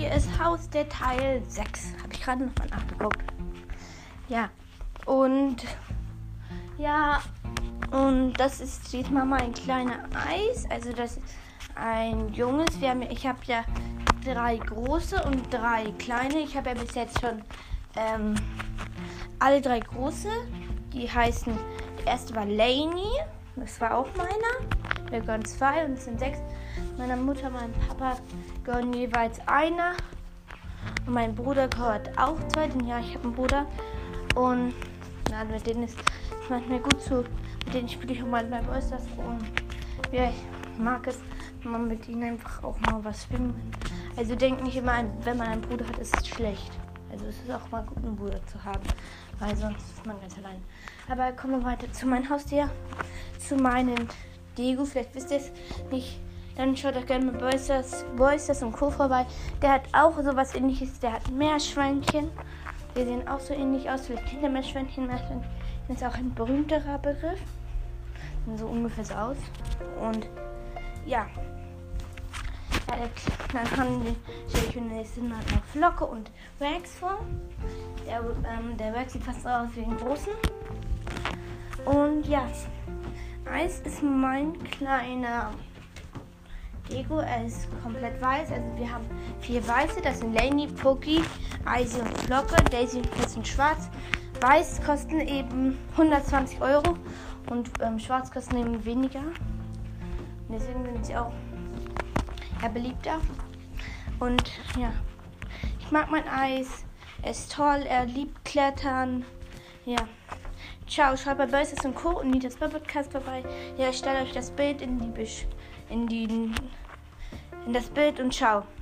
hier ist Haus der Teil 6. Habe ich gerade nochmal nachgeguckt. Ja. Und das ist jetzt mal ein kleiner Eis. Also das ist ein junges. Ich habe ja 3 große und 3 kleine. Ich habe ja bis jetzt schon alle 3 große. Die heißen, der erste war Lainey. Das war auch meiner. Wir gehören 2 und es sind 6. Meiner Mutter, meinem Papa gehören jeweils einer. Und mein Bruder gehört auch 2. Denn ja, ich habe einen Bruder. Und mit denen ist es manchmal gut zu. Mit denen spiele ich auch mal bei Oysters. Und ja, ich mag es, wenn man mit ihnen einfach auch mal was filmen. Also denkt nicht immer, wenn man einen Bruder hat, ist es schlecht. Also es ist auch mal gut, einen Bruder zu haben. Weil sonst ist man ganz allein. Aber kommen wir weiter zu meinem Haustier. Zu meinen Dego. Vielleicht wisst ihr es nicht. Dann schaut doch gerne mit Oysters und Co. vorbei. Der hat auch sowas Ähnliches. Der hat Meerschweinchen. Die sehen auch so ähnlich aus. Vielleicht kennt ihr Meerschweinchen. Meerschweinchen ist auch ein berühmterer Begriff. Sieht so ungefähr so aus. Und ja. Dann stelle ich mir nächstes Mal noch Flocke und Wax vor. Der Wax sieht fast so aus wie ein großen. Und ja. Eis ist mein kleiner Dego. Er ist komplett weiß. Also wir haben 4 weiße. Das sind Lainey, Pokey, Icy und Flocke. Daisy und Chris sind schwarz. Weiß kosten eben 120 € und schwarz kosten eben weniger. Und deswegen sind sie auch beliebter. Und ja, ich mag mein Eis. Er ist toll. Er liebt Klettern. Ja. Ciao, schaut bei Böses und Co. und Nitas Podcast vorbei. Ja, ich stelle euch das Bild in das Bild und ciao.